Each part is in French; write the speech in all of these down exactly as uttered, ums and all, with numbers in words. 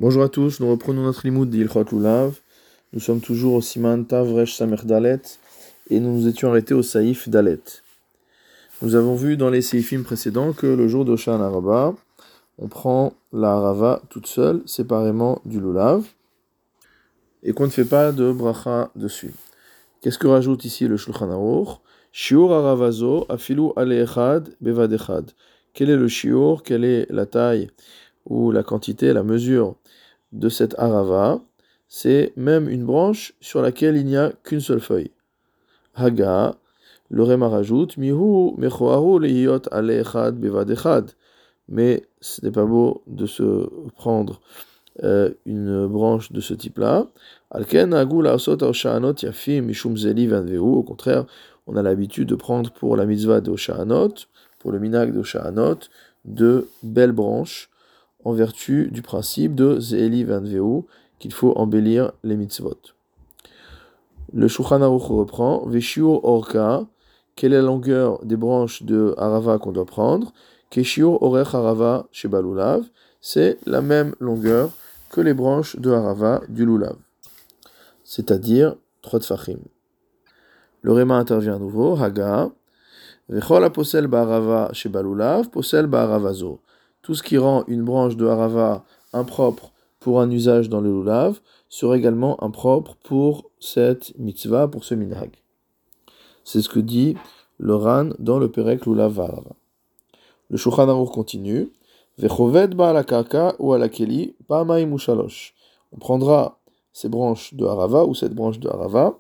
Bonjour à tous, nous reprenons notre limoud d'Ilchot Lulav. Nous sommes toujours au Siman Tav Resh Samer Dalet et nous nous étions arrêtés au Saïf Dalet. Nous avons vu dans les Saïfim précédents que le jour d'Hoshana Rabbah, on prend la Harava toute seule, séparément du Lulav, et qu'on ne fait pas de bracha dessus. Qu'est-ce que rajoute ici le Shulchan Aruch? Shiur Haravazo afilu ale echad bevad echad. Quel est le shiur? Quelle est la taille ou la quantité, la mesure de cette harava? C'est même une branche sur laquelle il n'y a qu'une seule feuille. Haga, le Réma rajoute, mihu mechoaru lehiyot ale echad bevad echad. Mais ce n'est pas beau de se prendre euh, une branche de ce type-là. Alken hagu laasot hoshanot yafim mishum zeli vanveu. Au contraire, on a l'habitude de prendre pour la mitzvah de hoshanot, pour le minag de hoshanot, de belles branches, en vertu du principe de Ze'eli Vanveu, qu'il faut embellir les mitzvot. Le Shulchan Aruch reprend, Veshiur Orka, quelle est la longueur des branches de Harava qu'on doit prendre? Keshiur Orech Harava Sheba Lulav, c'est la même longueur que les branches de Harava du Lulav, c'est-à-dire trois tfachim. Le Réma intervient à nouveau, Haga, Vechol Aposel Ba'arava Sheba Lulav, Posel Ba'aravazo. Tout ce qui rend une branche de harava impropre pour un usage dans le lulav sera également impropre pour cette mitzvah, pour ce minhag. C'est ce que dit le Ran dans le Perek Lulav Harava. Le Shulchan Aruch continue. Vechoved ba'ala karka ou ala keli pa'amaim ushalosh. On prendra ces branches de harava ou cette branche de harava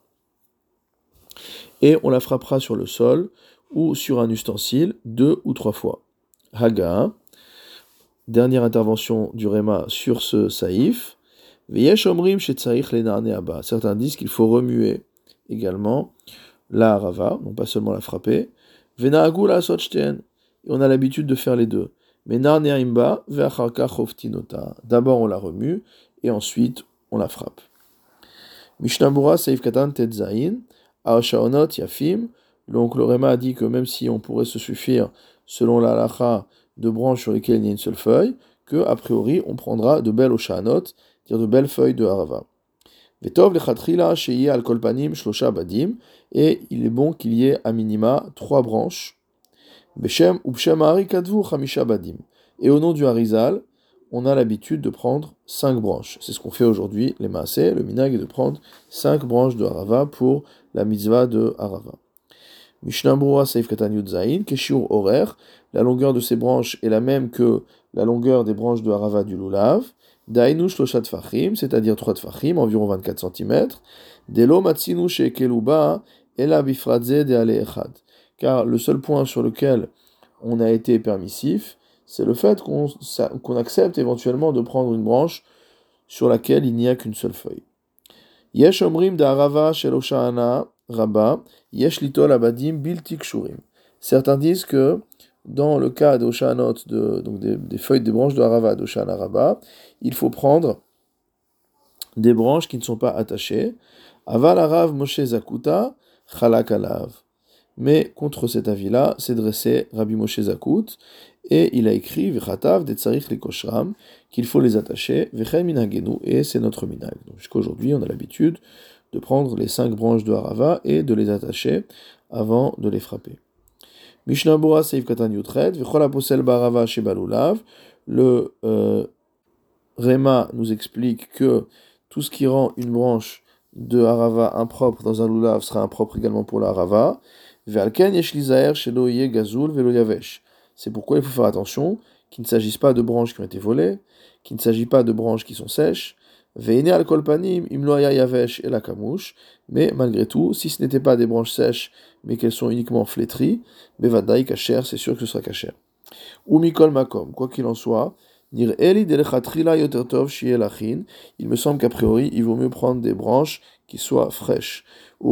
et on la frappera sur le sol ou sur un ustensile deux ou trois fois. Haga. Dernière intervention du Réma sur ce saïf. Certains disent qu'il faut remuer également la harava, non pas seulement la frapper. Et on a l'habitude de faire les deux. D'abord on la remue et ensuite on la frappe. Mishnah Bura saïf katan tetzain, aoshaonot yafim. Donc le Réma a dit que même si on pourrait se suffire selon la halacha de branches sur lesquelles il y a une seule feuille, que a priori on prendra de belles oshanot, c'est-à-dire de belles feuilles de harava. Vetov lechatrila sheye al kolpanim shlosha badim, et il est bon qu'il y ait à minima trois branches. Beshem ubshem hari kadvu chamisha badim. Et au nom du harizal, on a l'habitude de prendre cinq branches. C'est ce qu'on fait aujourd'hui, les maaseh, le minag est de prendre cinq branches de harava pour la mitzvah de harava. Mishnah Brura Seif Katan Yud Zayin, Keshiur Orer, la longueur de ces branches est la même que la longueur des branches de harava du lulav. Dainu Shlosha Tfachim, c'est-à-dire trois tfachim, environ vingt-quatre centimètres. Delo Matsinu Shekeluba, Ela Bifradze de Ale Echad. Car le seul point sur lequel on a été permissif, c'est le fait qu'on, qu'on accepte éventuellement de prendre une branche sur laquelle il n'y a qu'une seule feuille. Yesh Omrim de Harava Shel Hoshana Rabba, Yesh Litol Abadim Bilti Kshurim. Certains disent que dans le cas d'Oshanot, de, donc des, des feuilles, des branches de Harava d'Oshana Rabba, il faut prendre des branches qui ne sont pas attachées. Aval Arav Moshe Zakuta Chalak Alav. Mais contre cet avis-là, s'est dressé Rabbi Moshe Zakut, et il a écrit Vechatav de Tzarich le Koshram, qu'il faut les attacher, Vechem Minagenu, et c'est notre minag. Donc jusqu'à aujourd'hui, on a l'habitude de prendre les cinq branches de harava et de les attacher avant de les frapper. Mishnah Bura Seif Katan Yutred, Vechol Aposel Ba'arava Sheba Lulav. Le euh, Réma nous explique que tout ce qui rend une branche de harava impropre dans un lulav sera impropre également pour la harava. Ve'alken yesh lizaer shelo yeh gazul velo yavesh. C'est pourquoi il faut faire attention qu'il ne s'agisse pas de branches qui ont été volées, qu'il ne s'agit pas de branches qui sont sèches. Ve'ine al kolpanim im lo haya yavesh el akamush. Mais malgré tout, si ce n'était pas des branches sèches, mais qu'elles sont uniquement flétries, bevadai kasher, c'est sûr que ce sera kasher. Ou mikol makom, quoi qu'il en soit, il me semble qu'a priori, il vaut mieux prendre des branches qui soient fraîches.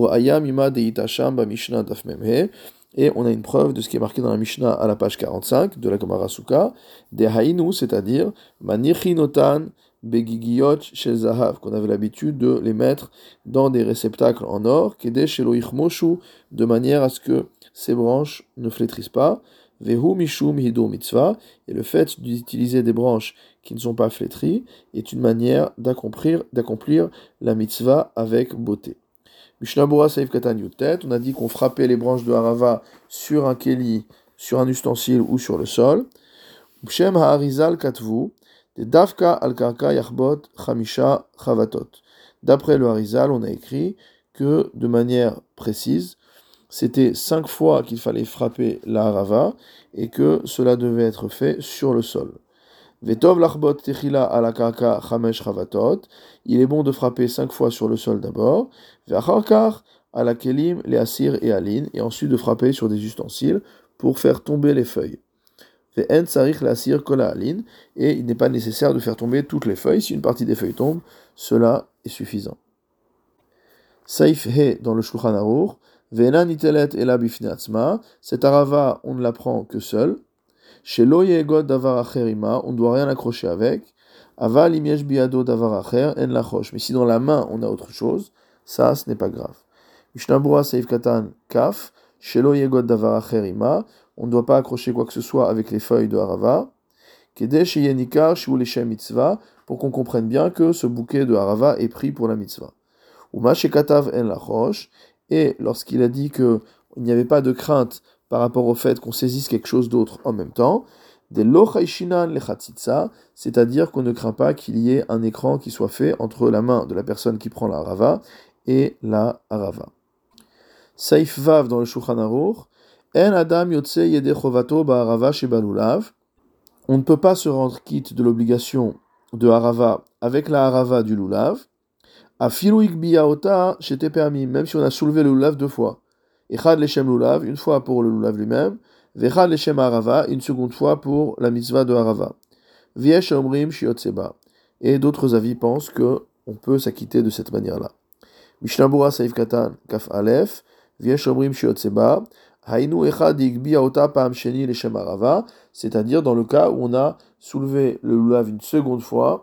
Et on a une preuve de ce qui est marqué dans la Mishnah à la page quarante-cinq de la Gemara Sukkah, des haïnu, c'est-à-dire manichinotan begigiyot shel zahav, qu'on avait l'habitude de les mettre dans des réceptacles en or, kede shelo ichmoshu, de manière à ce que ces branches ne flétrissent pas. Vehu mishum hidur mitzvah, et le fait d'utiliser des branches qui ne sont pas flétries est une manière d'accomplir, d'accomplir la mitzvah avec beauté. Mishnah Bura Saif Katan Yutet, on a dit qu'on frappait les branches de harava sur un keli, sur un ustensile ou sur le sol. Shem ha'arizal katvu, de davka al karka yachbot chamisha chavatot. D'après le Harizal, on a écrit que de manière précise, c'était cinq fois qu'il fallait frapper la harava et que cela devait être fait sur le sol. Vetov lachbot techila ala karka chamesh chavatot. Il est bon de frapper cinq fois sur le sol d'abord. Ve'acharkar ala kelim les asir et alin, et ensuite de frapper sur des ustensiles pour faire tomber les feuilles. Ve'en sarich la asir kola alin, et il n'est pas nécessaire de faire tomber toutes les feuilles. Si une partie des feuilles tombe, cela est suffisant. Saif he dans le Shulchan Aruch. Ve'ena nitelet ela bifnei atzma. Cette harava, on ne la prend que seule. Chez l'oyegod davar acher ima, on ne doit rien accrocher avec. Aval imiesh biado davar acher en lachosh. Mais si dans la main on a autre chose, ça ce n'est pas grave. Mishnah Bura Seif Katan Kaf. Chez l'oyegod davar acher ima, on ne doit pas accrocher quoi que ce soit avec les feuilles de harava. Kede sheyenikar shu leshem mitzvah, pour qu'on comprenne bien que ce bouquet de harava est pris pour la mitzvah. Uma shekatav en lachosh, et lorsqu'il a dit que il n'y avait pas de crainte par rapport au fait qu'on saisisse quelque chose d'autre en même temps, des lochaishinan lechatzitza, c'est-à-dire qu'on ne craint pas qu'il y ait un écran qui soit fait entre la main de la personne qui prend la harava et la harava. Saif vav dans le Shulchan Aruch, en adam yotse yede chovato ba'harava shebalulav. On ne peut pas se rendre quitte de l'obligation de harava avec la harava du lulav. Afilu ikbiya ota shete permis, même si on a soulevé le lulav deux fois. Echad leshem lulav, une fois pour le lulav lui-même. Vechad leshem harava, une seconde fois pour la mitzvah de harava. Viesh omrim shiotseba. Et d'autres avis pensent que on peut s'acquitter de cette manière-là. Mishnah Bura Saif Katan Kaf Aleph. Viesh omrim shiotseba. Hainu echad ikbiya ota pa'am sheni leshem harava. C'est-à-dire dans le cas où on a soulevé le lulav une seconde fois,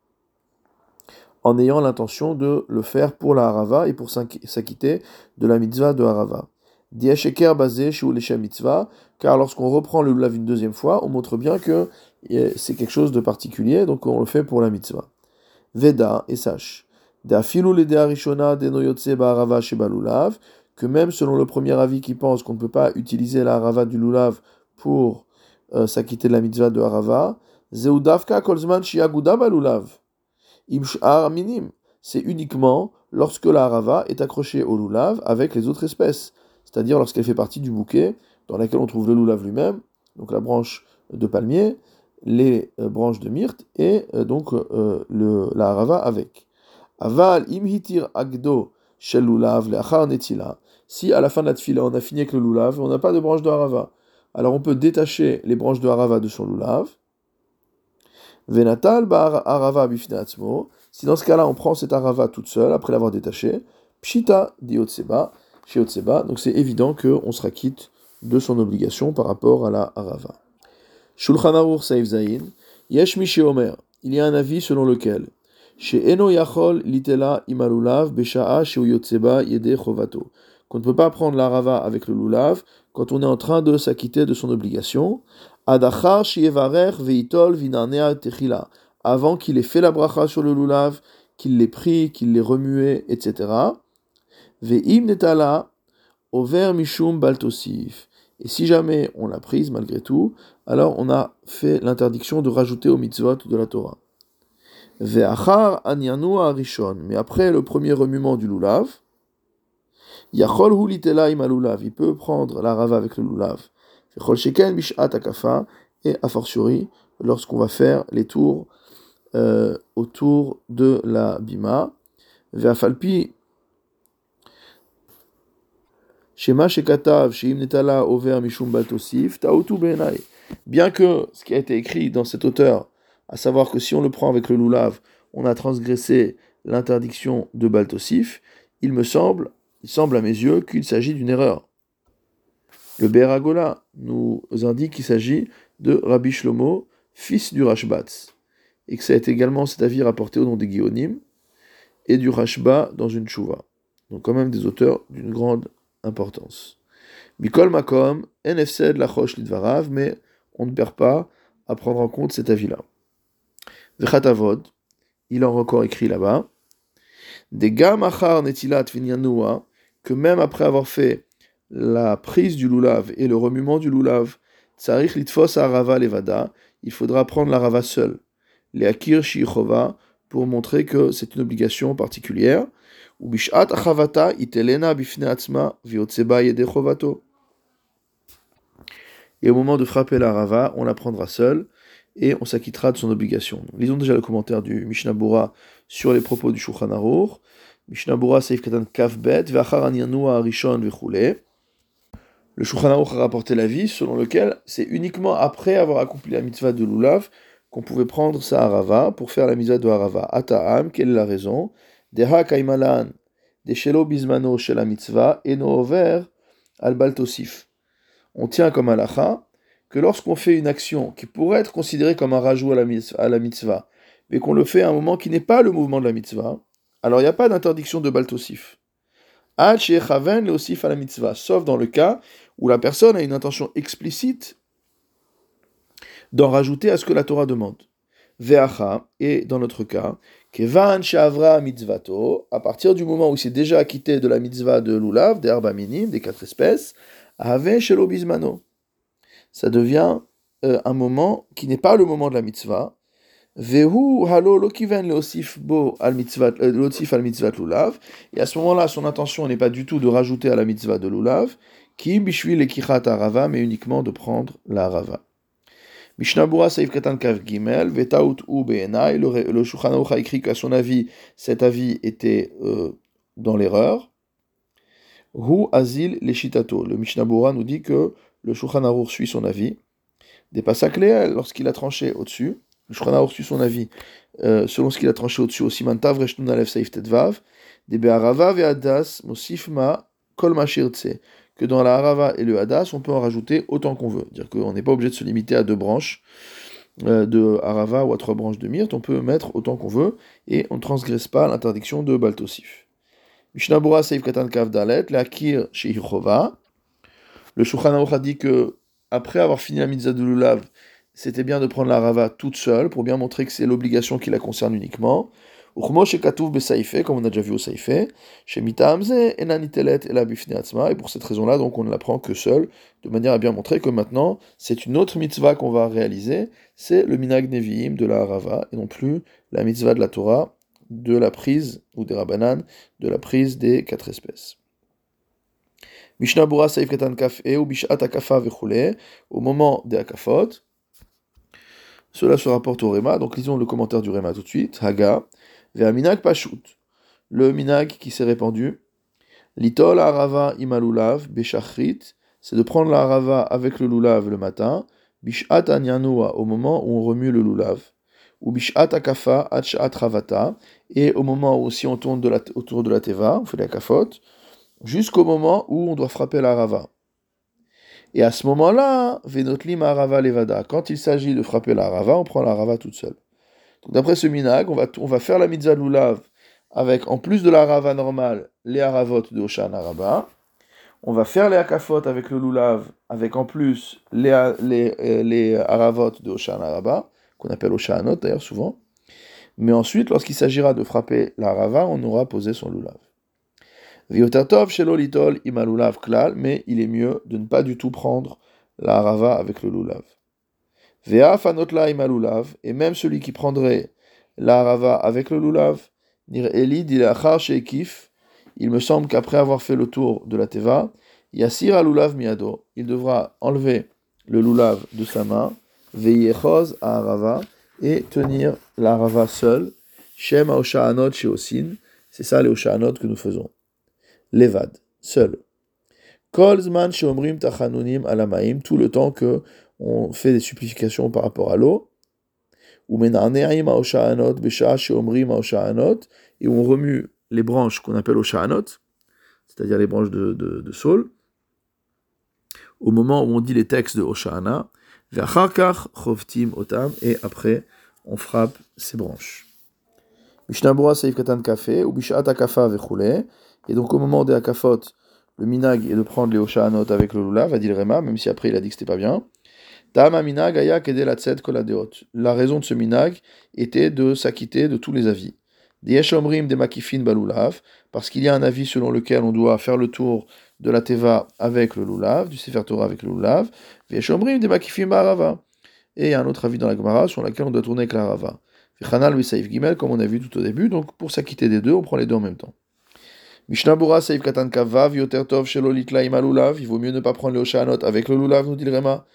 en ayant l'intention de le faire pour la harava et pour s'acquitter de la mitzvah de harava. Diasheker basé chez leshem mitzvah, car lorsqu'on reprend le lulav une deuxième fois, on montre bien que c'est quelque chose de particulier, donc on le fait pour la mitzvah. Veda, et sache, d'afilu l'edea rishona denoyotse ba'harava sheba lulav, que même selon le premier avis qui pense qu'on ne peut pas utiliser la harava du lulav pour euh, s'acquitter de la mitzvah de harava, zeudavka kolzman shiaguda balulav. Imshar minim, c'est uniquement lorsque la harava est accrochée au lulav avec les autres espèces, c'est-à-dire lorsqu'elle fait partie du bouquet dans lequel on trouve le lulav lui-même, donc la branche de palmier, les euh, branches de myrte et euh, donc euh, le, la harava avec. Aval imhitir agdo shel lulav leachar netila. Si à la fin de la tfila on a fini avec le lulav, on n'a pas de branche de harava, alors on peut détacher les branches de harava de son lulav. Venatal bar harava bifnei atzmo. Si dans ce cas-là on prend cette harava toute seule après l'avoir détachée, pshita di otseba, chez otseba, donc c'est évident qu'on sera quitte de son obligation par rapport à la harava. Shulchan Aruch Saif Zayin, yesh mi sheomer, il y a un avis selon lequel chez eno yachol litela imalulav besha'a sheu yotseba yede chovato, qu'on ne peut pas prendre la harava avec le lulav quand on est en train de s'acquitter de son obligation. Adachar sheyevarer veitol vinanea techila, avant qu'il ait fait la bracha sur le lulav, qu'il l'ait pris, qu'il l'ait remué, et cetera. Ve'im netala over mishum baltosif. Et si jamais on l'a prise malgré tout, alors on a fait l'interdiction de rajouter aux mitzvot de la Torah. Ve'achar anyanu arishon, mais après le premier remuement du lulav, yachol hu litela im alulav, il peut prendre la rava avec le lulav. Et a fortiori, lorsqu'on va faire les tours euh, autour de la bima, ve'afalpi shema shekatav sheim netala over mishum baltosif ta'utu beinai. Bien que ce qui a été écrit dans cet auteur, à savoir que si on le prend avec le lulav, on a transgressé l'interdiction de baltosif, il me semble, il semble à mes yeux qu'il s'agit d'une erreur. Le Be'er Hagola nous indique qu'il s'agit de Rabbi Shlomo, fils du Rashbatz, et que ça est également cet avis rapporté au nom des Guionim, et du Rashba dans une Tchouva. Donc quand même des auteurs d'une grande importance. Mikol Makom, en efsed lachosh lidvarav, mais on ne perd pas à prendre en compte cet avis-là. Vechatavod, il a encore écrit là-bas, des gam achar netilat vinyanua, que même après avoir fait la prise du lulav et le remuement du lulav, tsarich litfos arava levada, il faudra prendre la rava seule, les akir shichova, pour montrer que c'est une obligation particulière, ou bishat achavata itelena bifne atzma viotseba yede chovato. Et au moment de frapper la rava, on la prendra seule et on s'acquittera de son obligation. Lisons déjà le commentaire du Mishnah Bura sur les propos du Shulchan Aruch. Mishnah Bura Seif Katan Kaf Bet Ve'achar Anyanua Rishon Vechule. Le Shulchan Aruch a rapporté l'avis selon lequel c'est uniquement après avoir accompli la mitzvah de Lulav qu'on pouvait prendre sa harava pour faire la mitzvah de harava. Ata'am, quelle est la raison? Deha Kaimalan Deshelo Bismano Shel mitzvah Eno Over Al Baltosif. On tient comme halacha que lorsqu'on fait une action qui pourrait être considérée comme un rajout à la mitzvah, à la mitzvah mais qu'on le fait à un moment qui n'est pas le mouvement de la mitzvah, alors il n'y a pas d'interdiction de baltosif. Al shechaven le osif à la mitzvah, sauf dans le cas où la personne a une intention explicite d'en rajouter à ce que la Torah demande. Ve'acha, et dans notre cas, kevan she'avra mitzvato, à partir du moment où il s'est déjà acquitté de la mitzvah de lulav, des arba minim, des quatre espèces, ave shelo bismano. Ça devient euh, un moment qui n'est pas le moment de la mitzvah. Vehu halo lo kiven leosif bo al mitzvah leosif al mitzvah lulav. Et à ce moment-là, son intention n'est pas du tout de rajouter à la mitzvah de lulav, ki bishvi lekichat arava, mais uniquement de prendre la arava. Mishnah Bura Saif Katan Kav Gimel Vetaut U Beenai. Le Shulchan Aruch a écrit qu'à son avis, cet avis était euh, dans l'erreur. Hu Azil Leshitato. Le Mishnah Bura nous dit que le Shulchan Aruch suit son avis. Des Pasak Leel, lorsqu'il a tranché au-dessus, le Shulchan Aruch suit son avis euh, selon ce qu'il a tranché au-dessus. Aussi Mantav Reshnun Alef Saif Tedvav. Des Be'arava Ve'adas Mosif Ma Kol Ma Shirtse. Que dans la harava et le hadas, on peut en rajouter autant qu'on veut. C'est-à-dire qu'on n'est pas obligé de se limiter à deux branches euh, de harava ou à trois branches de myrte, on peut mettre autant qu'on veut, et on ne transgresse pas l'interdiction de baltosif. Mishnah Bura Seif Katan Kav Dalet, la Kir Sheichova. Le Shulchan Aruch a dit que, après avoir fini la mitzvah de lulav, c'était bien de prendre la harava toute seule, pour bien montrer que c'est l'obligation qui la concerne uniquement. Uchmo shekatuv besaïfe, comme on a déjà vu au saïfe, chez Mitaamze, enanitelet et la bifne atzma, et pour cette raison-là, donc on ne la prend que seule, de manière à bien montrer que maintenant, c'est une autre mitzvah qu'on va réaliser, c'est le minag neviim de la harava, et non plus la mitzvah de la Torah, de la prise, ou des rabbanan, de la prise des quatre espèces. Mishnah Bura Saif Katan Kaf E, ou Bishat Akafa Vechule, au moment des Akafot, cela se rapporte au Réma, donc lisons le commentaire du Réma tout de suite, Haga, Ve'a minag pashut, le minag qui s'est répandu, litol harava imalulav beshachrit, c'est de prendre la harava avec le lulav le matin, bishat anyanua, au moment où on remue le lulav, ou bishat akafa achat ravata, et au moment où si on tourne de la, autour de la teva, on fait la kafot, jusqu'au moment où on doit frapper la harava. Et à ce moment-là, venotlim harava levada, quand il s'agit de frapper la harava, on prend la harava toute seule. Donc d'après ce minag, on va, on va faire la mitzvah de lulav avec, en plus de la harava normale, les haravot de Hoshan Haraba. On va faire les hakafot avec le lulav, avec en plus les, les, les, les haravot de Hoshan Haraba, qu'on appelle Hoshanot d'ailleurs souvent. Mais ensuite, lorsqu'il s'agira de frapper la harava, on aura posé son lulav. Viotatov shelo litol ima lulav klal, mais il est mieux de ne pas du tout prendre la harava avec le lulav. Vea fanotla ima lulav, et même celui qui prendrait la harava avec le lulav, nir eli dilachar sheikif, il me semble qu'après avoir fait le tour de la teva, yassir lulav miado, il devra enlever le lulav de sa main, veyechoz a harava, et tenir la harava seule, shem a oshaanot sheosin, c'est ça les oshaanot que nous faisons. Levad, seul. Kol zman sheomrim tachanunim alamaim, tout le temps que on fait des supplications par rapport à l'eau, ou menarneim aoshaanot besha sheomrim aoshaanot, et on remue les branches qu'on appelle oshaanot, c'est-à-dire les branches de, de, de saule, au moment où on dit les textes de Hoshana, ve'acharkach chovtim otam, et après on frappe ces branches. Mishnah Bura Seif Katan Kafe, ou Bishat Akafa Vechule, et donc au moment des Akafot, le minag est de prendre les Oshanot avec le lulav, a dit le Réma, même si après il a dit que c'était pas bien. Tama minag aya kede la tzed kol hadeot. La raison de ce minag était de s'acquitter de tous les avis. Yesh omrim de makifin balulav, parce qu'il y a un avis selon lequel on doit faire le tour de la teva avec le lulav, du sefer Torah avec le lulav. Yesh omrim de makifin ba'arava. Et il y a un autre avis dans la Gemara sur lequel on doit tourner avec la rava. Vechanal saif gimel, comme on a vu tout au début, donc pour s'acquitter des deux, on prend les deux en même temps. Mishnah Bura saif katan kavav yoter tov shelo litla im alulav. Il vaut mieux ne pas prendre le oshanot avec le lulav, nous dit le Réma.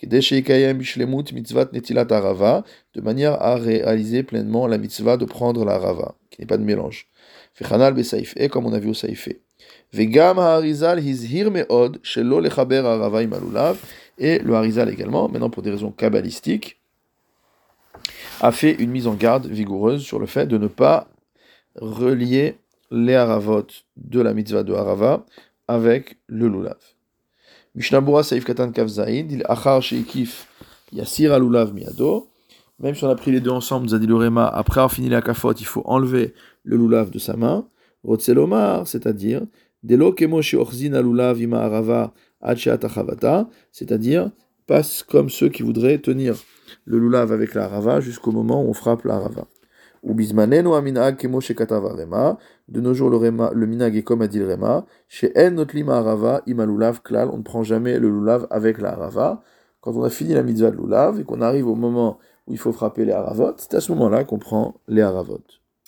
De manière à réaliser pleinement la mitzvah de prendre la rava, qui n'est pas de mélange. Et comme on a vu au saïfé. Et le Harizal également, maintenant pour des raisons kabbalistiques, a fait une mise en garde vigoureuse sur le fait de ne pas relier les haravot de la mitzvah de harava avec le lulav. Mishnah Bura Saif Katan Kav Zaïd, il achar sheikif yasir alulav miado. Même si on a pris les deux ensemble, Zadi le Réma, après avoir fini la kafot, il faut enlever le lulav de sa main. Rotzelomar, c'est-à-dire, delo kemo sheochzin alulav ima arava ad achavata, c'est-à-dire, passe comme ceux qui voudraient tenir le lulav avec la arava jusqu'au moment où on frappe la arava. Ou bismanenu aminag kemo shekatava Réma. De nos jours, le, rema, le minag est comme a dit le Réma. Chez En Notlima Arava, Ima Lulav Klal, on ne prend jamais le Lulav avec la Arava. Quand on a fini la mitzvah de Lulav et qu'on arrive au moment où il faut frapper les Haravot, c'est à ce moment-là qu'on prend les Haravot.